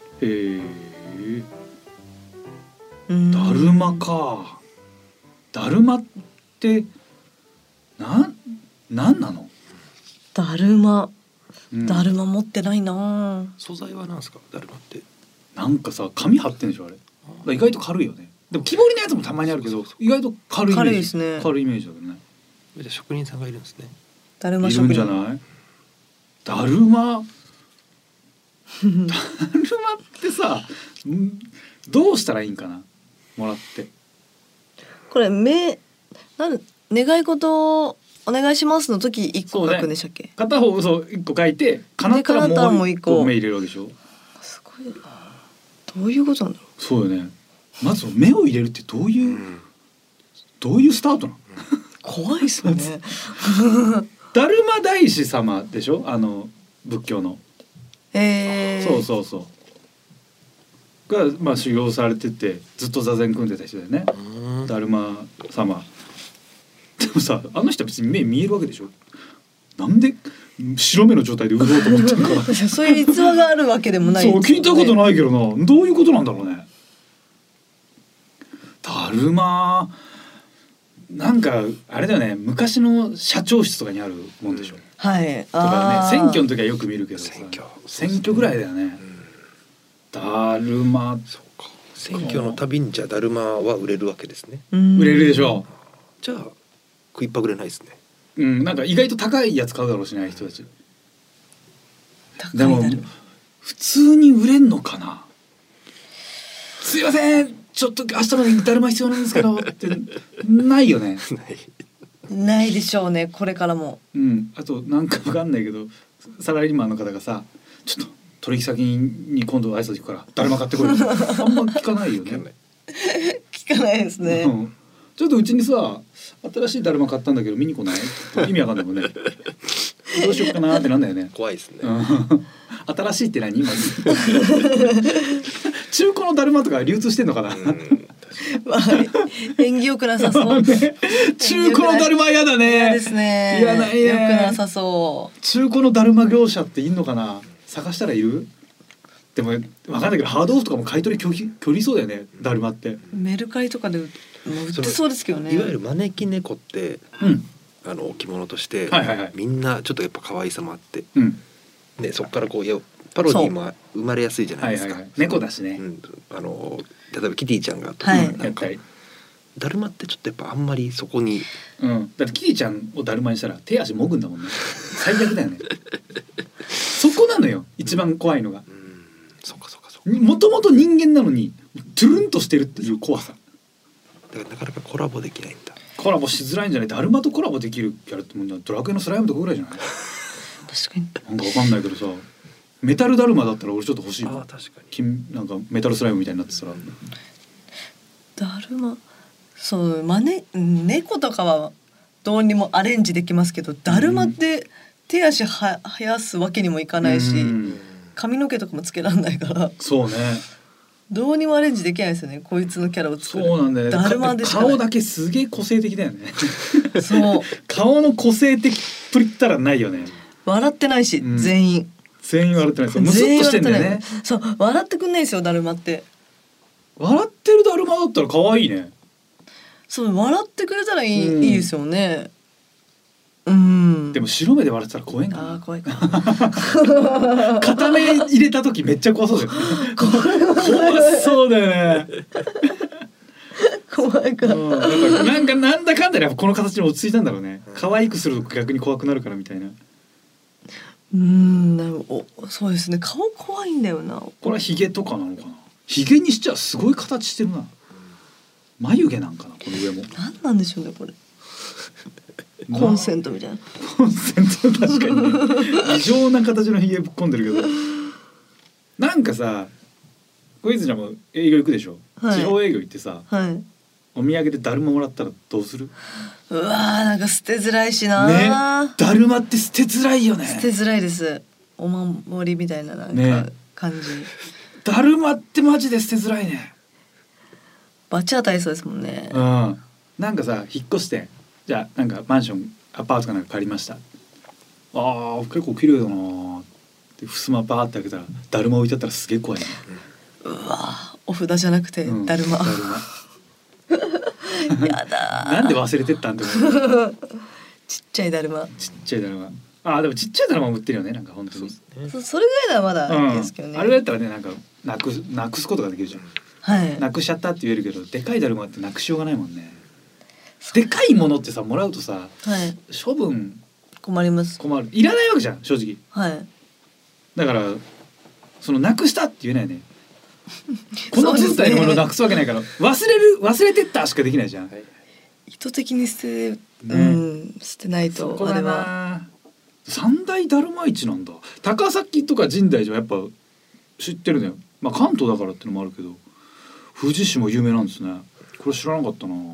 だるまか。だるまってなんなの？ だるま持ってないな。 素材はなんですか、だるまって。 なんかさ、紙貼ってんでしょあれ。意外と軽いよね。でも木彫りのやつもたまにあるけど、意外と軽いイメージ。 軽いですね。 軽いイメージだけどね。 じゃあ職人さんがいるんですね。 だるま職人いるんじゃない？だるまってさ、どうしたらいいんかな、もらって。 これ願い事をお願いしますの時1個書くんでしたっけ？ 片方1個書いて、叶ったらもう1個目入れるわけでしょ。 すごいな。どういうことなんだろう。 そうよね。まず目を入れるってどういうスタートなの？ 怖いっすよね。 だるま大師様でしょ、仏教の。そうが、修行されててずっと座禅組んでた人だよね、だるま様。でもさ、あの人は別に目見えるわけでしょ。なんで白目の状態で売ろうと思ってるからそういう逸話があるわけでもない、 そう聞いたことないけどな。どういうことなんだろうね。だるまなんかあれだよね、昔の社長室とかにあるもんでしょ、 はい。 とかね、選挙の時はよく見るけどさ、選挙ぐらいだよね、だるま。 そうか、選挙のたびにじゃあだるまは売れるわけですね。 売れるでしょ。 じゃあ食いっぱぐれないですね。 なんか意外と高いやつ買うだろうしない人たち。でも普通に売れんのかな。すいません、ちょっと明日までにだるま必要なんですけどってないよね。 ないでしょうね、これからも。 あとなんか分かんないけど、サラリーマンの方がさ、ちょっと取引先に今度挨拶行くからだるま買ってこいあんま聞かないよね。 聞かないですね。 ちょっとうちにさ、新しいだるま買ったんだけど見に来ない？意味わかんないもんね。どうしようかなってなんだよね。 怖いですね。 新しいって何？今中古のだるまとか流通してんのかな。 縁起良くなさそう。 中古のだるま嫌だね。 嫌ですね。 嫌ないね。 良くなさそう。 中古のだるま業者っていんのかな。探したらいる？でもわかんないけどハードオフとかも買い取り距離そうだよね、だるまって。 メルカリとかで売ってそうですけどね。 いわゆる招き猫って、置物として、みんなちょっとやっぱ可愛さもあって、ね、そこからこうパロディも生まれやすいじゃないですか。 猫だしね。 例えばキティちゃんがなんかだるまってちょっとやっぱあんまりそこに、 だってキティちゃんをだるまにしたら手足もぐんだもんね。最悪だよね。そこなのよ一番怖いのが。もともと人間なのにトゥルンとしてるっていう怖さ。 だからなかなかコラボできないんだ。 コラボしづらいんじゃない？だるまとコラボできるキャラってもうドラクエのスライムとかぐらいじゃない？ 確かに。 なんかわかんないけどさ、メタルだるまだったら俺ちょっと欲しいわ。 確かに。 なんかメタルスライムみたいになってたら。 だるま、そう猫とかはどうにもアレンジできますけど、だるまって手足生やすわけにもいかないし、髪の毛とかもつけらんないから。 そうね。 どうにもアレンジできないですよね、こいつのキャラを作る。 そうなんだよね。 だるまでしかない。 顔だけすげえ個性的だよね。 そう。 顔の個性的プリったらないよね。 笑ってないし、全員笑ってない。そう、ムスッとしてんだよね。 そう、笑ってくんないですよ、だるまって。 笑ってるだるまだったら可愛いね。 そう、笑ってくれたらいいですよね。 でも白目で笑ってたら怖いんかな。 怖いか。 片目入れた時めっちゃ怖そうだよね。怖そうだよね。 怖いか。 なんだかんだでこの形に落ち着いたんだろうね。可愛くすると逆に怖くなるからみたいな。 そうですね。顔怖いんだよな。 これはヒゲとかなのかな。ヒゲにしちゃすごい形してるな。眉毛なんかな、この上も。 なんなんでしょうね、これ。コンセントみたいな。 コンセント、確かにね。異常な形のヒゲぶっ込んでるけど。なんかさ、小泉ちゃんも営業行くでしょ。地方営業行ってさ、お土産でだるまもらったらどうする？ うわー、なんか捨てづらいしな。 ね、だるまって捨てづらいよね。 捨てづらいです。お守りみたいななんか感じ。 だるまってマジで捨てづらいね。 バチ当たりそうですもんね。 なんかさ、引っ越してじゃあなんかマンションアパートかなんか借りました。結構綺麗だなって襖バーって開けたらだるま置いてあったらすげえ怖いね。 うわ、お札じゃなくてだるま。やだ。 なんで忘れてったんだろう。 ちっちゃいだるま。 ちっちゃいだるま。でもちっちゃいだるまも売ってるよね、なんか本当に。 それぐらいならまだいいですけどね。 あれだったらね、なんかなくすことができるじゃん。はい。なくしちゃったって言えるけど、でかいだるまってなくしようがないもんね。でかいものってさ、もらうとさ、処分困ります。 困る。いらないわけじゃん、正直。はい。だからそのなくしたって言えないね。この図体のものをなくすわけないから、忘れてったしかできないじゃん。 意図的に捨てないと。あれは三大だるま市なんだ。高崎とか神代寺はやっぱ知ってるのよ。まあ関東だからってのもあるけど、富士市も有名なんですね。これ知らなかったな。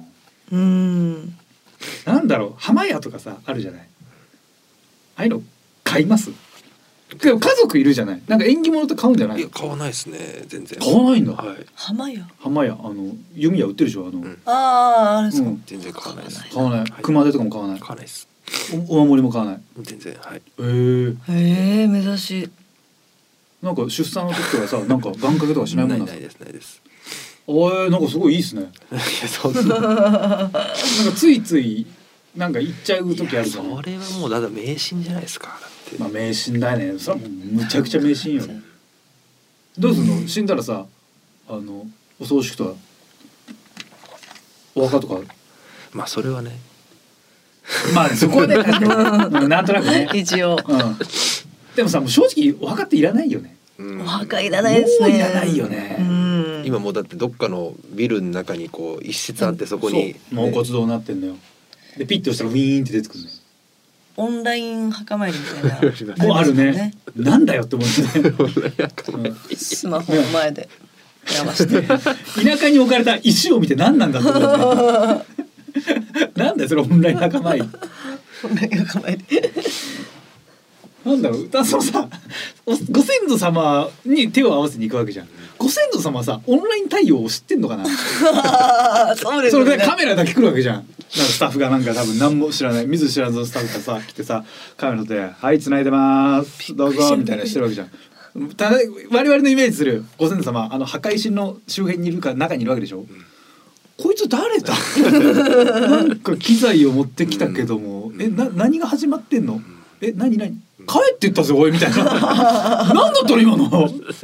なんだろう、浜屋とかさあるじゃない。ああいうの買います？でも家族いるじゃない。なんか縁起物と買うんじゃない？いや買わないですね、全然。 買わないんだ。 はい。浜屋弓矢売ってるでしょ。 あれそう。 全然買わないです。 買わない。熊手とかも買わない。 買わないです。 お守りも買わない。 全然。はい。 珍しい。 なんか出産の時とかさ、なんか願掛けとかしないもんな。 ないです、ないです。 なんかすごいいいですね。 いや、そうですね。 なんかついついなんか言っちゃう時あるじゃん。 それはもうだ迷信じゃないですか。だって。 まあ迷信だね。それはむちゃくちゃ迷信よ。どうすんの？死んだらさ、お葬式とかお墓とか。 まあそれはね。 まあそこはね、なんとなくね。 一応。 でもさ、もう正直お墓っていらないよね。 お墓いらないですね。 もういらないよね。 今もうだってどっかのビルの中にこう一室あって、そこに納骨堂になってんのよ。でピッとしたらウィーンって出てくるのよ。 オンライン墓参りみたいな。 もうあるね。なんだよって思うね。 スマホの前でやまして。 田舎に置かれた石を見て何なんだと思って。なんだよそれオンライン墓参り。 オンライン墓参り。 なんだろう、そのさ、ご先祖様に手を合わせに行くわけじゃん。ご先祖様さ、オンライン対応を知ってんのかな。 そうですね。 それでカメラだけ来るわけじゃん。なんかスタッフがなんか多分何も知らない、見ず知らずのスタッフがさ来てさ、カメラではい繋いでますどうぞみたいなしてるわけじゃん。ただ我々のイメージするご先祖様、墓石の周辺にいるか中にいるわけでしょ。こいつ誰だ。なんか機材を持ってきたけども、何が始まってんの。何帰ってったぜおいみたいな。なんだったら今の。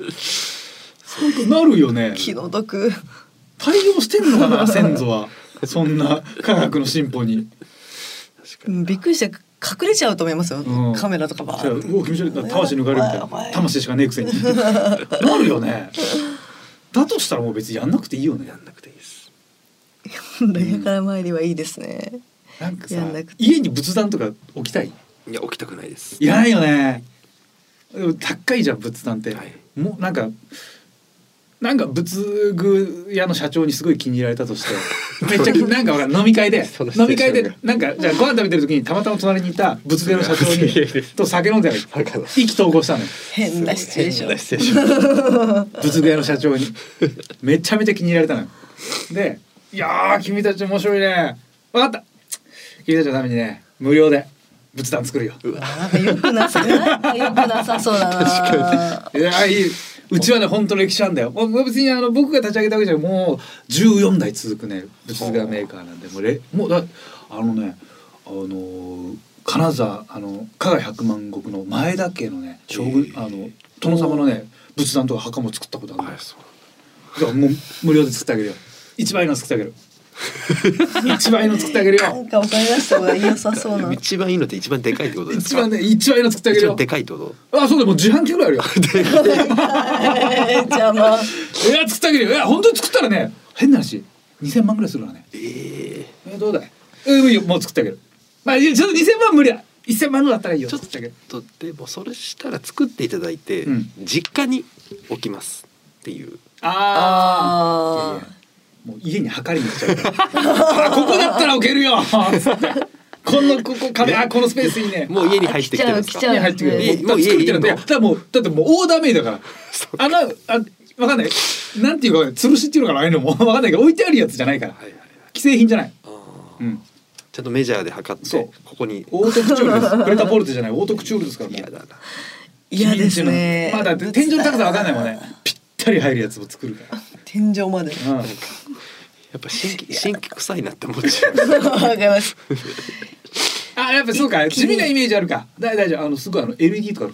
なるよね。 気の毒。 対応してんのかな先祖は。そんな科学の進歩に。 びっくりして隠れちゃうと思いますよ。カメラとかば。 気持ち悪い。魂抜かれるみたいな。魂しかねえくせに。なるよね。だとしたらもう別にやんなくていいよね。 やんなくていいです。 本来から参りはいいですね。 なんかさ、家に仏壇とか置きたい。 いや置きたくないです。 いらないよね。でも高いじゃん仏壇って、 はい、 もうなんか仏具屋の社長にすごい気に入られたとしてめっちゃなんか飲み会でなんかじゃあご飯食べてる時にたまたま隣にいた仏具屋の社長にと酒飲んでる意気投合したのよ。 変なシチュエーション仏具屋の社長にめちゃめちゃ気に入られたのよ。でいや君たち面白いね、分かった、君たちのためにね無料で仏壇作るよ。 なんかよくなさそうだな。 確かに。いやいいうちはね本当歴史あんだよ。別に僕が立ち上げたわけじゃもう14代続くね仏具メーカーなんでもう金沢加賀百万石の前田家のね将軍殿様のね仏壇とか墓も作ったことあるんだよ。だからもう無料で作ってあげるよ。一番いいの作ってあげる。一番いいの作ってあげるよ。 なんかお金出した方が良さそうな。 一番いいのって一番でかいってことですか。 一番いいの作ってあげるよ。 一番でかいってこと。 あ、そうだ、もう自販機ぐらいあるよ。 邪魔。 いや作ってあげるよ。いや本当に作ったらね変な話2000万ぐらいするからね。どうだい。いいよ、もう作ってあげる。まあちょっと2000万無理だ。1000万のだったらいいよ。 ちょっとでもそれしたら作っていただいて、実家に置きますっていう。 ああ。もう家に測りに来ちゃうからここだったら置けるよここ壁このスペースにねもう家に入ってきてるんですか。 家に入ってくる。もう家にいるんだよ。だってもうオーダーメイドだからわかんないなんていうか吊るしっていうのかなああいうのもわかんないけど置いてあるやつじゃないから既製品じゃない。 ちゃんとメジャーで測ってここにオートクチュールです。プレタポルテじゃないオートクチュールですから。 嫌だな。 嫌ですね。 まあだって天井の高さわかんないもんね。ぴったり入るやつを作るから。 天井まで。 やっぱ新規臭いなって思っちゃう。 わかります。 あ、やっぱそうか。地味なイメージあるか。大丈夫。すごいLED とかある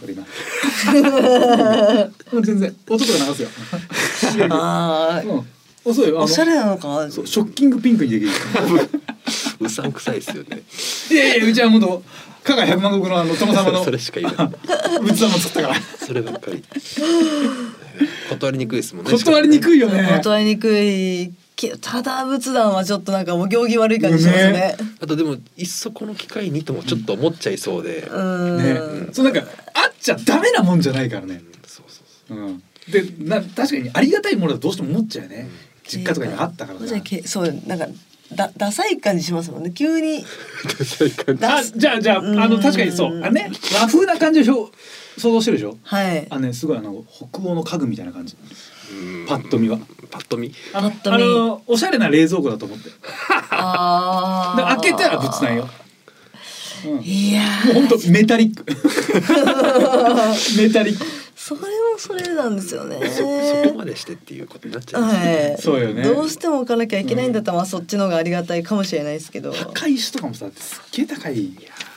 から今。全然音とか流すよ。 ああ。そうよ。おしゃれなのか。 ショッキングピンクにできる。 うさんくさいですよね。 いやうちはもう加賀百万石の殿様のそれしか言えない。 仏壇も作ったから。 そればっかり。断りにくいですもんね。 断りにくいよね。 断りにくい。ただ仏壇はちょっとなんかもう行儀悪い感じしますね。 あとでもいっそこの機会にともちょっと思っちゃいそうで。 そうなんかあっちゃダメなもんじゃないからね。で確かにありがたいものだとどうしても思っちゃうよね。実家とかにあったからさ。 そうなんかダサい感じしますもんね急に。 ダサい感じ。 じゃあ確かにそうね和風な感じを想像してるでしょ。 はい。 すごい北欧の家具みたいな感じ。パッと見は。おしゃれな冷蔵庫だと思って。開けたら仏壇よ。 いやもう本当メタリック。メタリック。 それもそれなんですよね。 そこまでしてっていうことになっちゃうんですね。 そうよね。 どうしても置かなきゃいけないんだったらそっちの方がありがたいかもしれないですけど。 高い石とかもさすっげえ高い。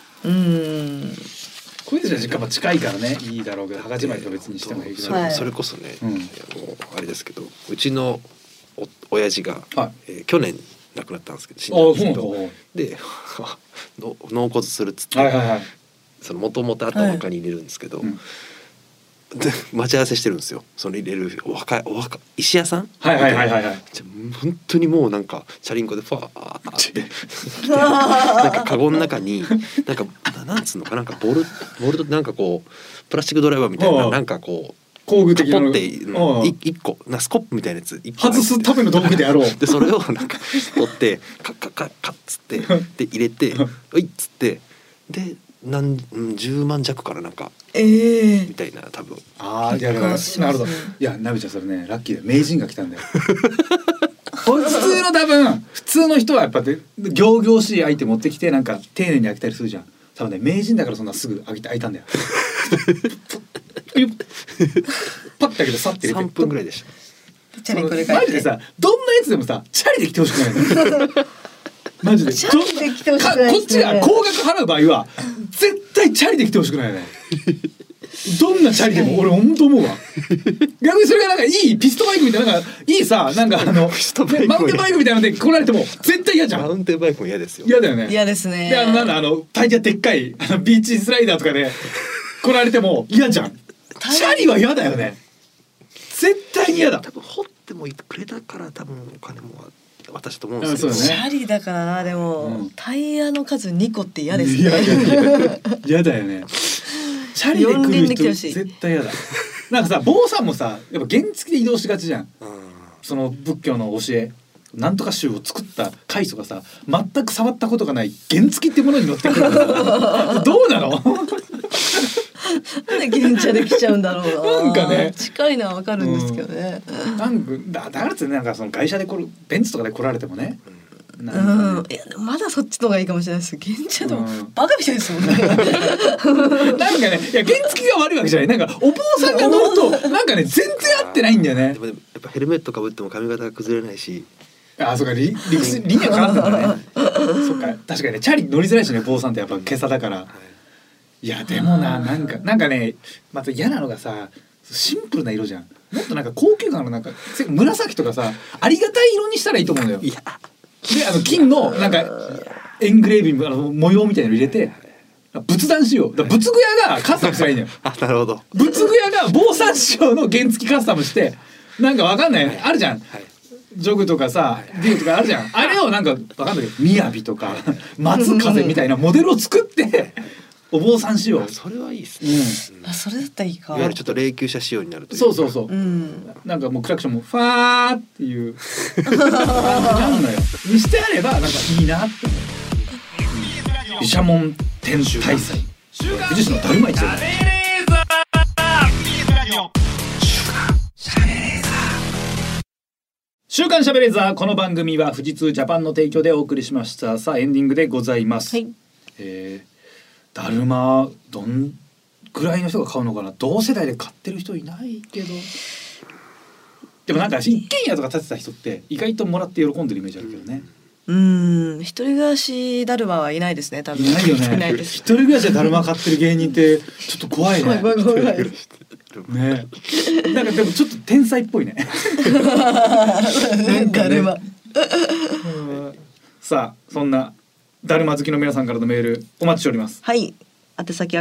こういうのじゃ実家近いからねいいだろうけど墓じまいと別にしてもいいけど、 それこそね、もうあれですけどうちの親父が、去年亡くなったんですけど死んだんですけどで納骨するっつってその元々あったお墓に入れるんですけど、で待ち合わせしてるんですよ。その入れるお墓石屋さん。本当にもうなんかチャリンコでファーってなんかカゴの中になんかなんつうのかなんかボルトなんかこうプラスチックドライバーみたいななんかこう工具的なポって一個なスコップみたいなやつ外すための道具でやろう。 でそれをなんか取ってカッつってで入れておいっつってで10万弱からなんかみたいな多分。 いやなるほど。いやなべちゃんそれねラッキーで名人が来たんだよ。普通の多分普通の人はやっぱ仰々しい相手持ってきてなんか丁寧に開けたりするじゃん。多分ね名人だからそんなすぐ開いたんだよ。パッて開けてさって入れて 3分ぐらいでした。 チャリこれマジでさどんなやつでもさチャリで来てほしくないの。マジでチャリで来てほしくないこっちが高額払う場合は絶対チャリで来てほしくないよね。どんなチャリでも俺本当思うわ。逆にそれがなんかいいピストバイクみたいななんかいいさなんかマウンテンバイクみたいなので来られても絶対嫌じゃん。 マウンテンバイクも嫌ですよ。 嫌だよね。 嫌ですね。 でタイヤでっかいビーチスライダーとかで来られても嫌じゃん。チャリは嫌だよね。絶対に嫌だ。 多分掘ってもくれたから多分お金も私と思うんですけど、 ね、 チャリだからな。でも、タイヤの数2個って嫌ですね。 嫌だよね。チャリで来る人絶対嫌だ。なんかさ、坊さんもさ、やっぱ原付で移動しがちじゃん。その仏教の教えなんとか宗を作った開祖がさ、全く触ったことがない原付ってものに乗ってくるどうなのなんで原茶で来ちゃうんだろうな。なんかね、近いのはわかるんですけどね。だからってなんかその外車でベンツとかで来られてもね。いやまだそっちの方がいいかもしれないです。原茶でもバカみたいですもんね。なんかね、いや原付が悪いわけじゃない。なんかお坊さんが乗るとなんかね全然合ってないんだよね。 でもやっぱヘルメットかぶっても髪型が崩れないし。 そうか、理にはかなってんだね。そっか、確かにね、チャリ乗りづらいしね、坊さんってやっぱ今朝だから。いやでもなんかね、また嫌なのがさ、シンプルな色じゃん。もっとなんか高級感のなんか紫とかさ、ありがたい色にしたらいいと思うのよ。で金のなんかエングレービング模様みたいなの入れて仏壇仕様。仏具屋がカスタムしたらいいのよ。 なるほど。 仏具屋が坊さん仕様の原付カスタムしてなんかわかんない、あるじゃん。ジョグとかさ、デューとかあるじゃん。あれをなんかわかんないけど、みやびとか松風みたいなモデルを作ってお坊さん仕様。 それはいいですね。 それだったらいいか。 いわゆるちょっと霊柩車仕様になるという。 そう。なんかもうクラクションもファーっていうなんのよ。にしてあればなんかいいなって思う。毘沙門天大祭。富士市のだるま市で。週刊しゃべれーザー。この番組は富士通ジャパンの提供でお送りしました。さあエンディングでございます。だるまどんぐらいの人が買うのかな。同世代で買ってる人いないけど、でもなんか一軒家とか建てた人って意外ともらって喜んでるイメージあるけどね。一人暮らしだるまはいないですね、多分。いないよね。一人暮らしでだるま買ってる芸人ってちょっと怖いね。怖いね。なんかでもちょっと天才っぽいね。だるま。さあそんなだるま好きの皆さんからのメールお待ちしております。 はい。宛先は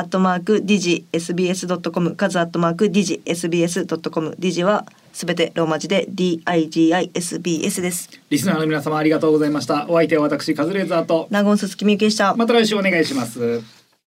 kaz@digisbs.com、kaz@digisbs.com。ディジはすべてローマ字で DIGISBS です。 リスナーの皆様ありがとうございました。お相手は私カズレーザーと納言鈴木みゆきでした。 また来週お願いします。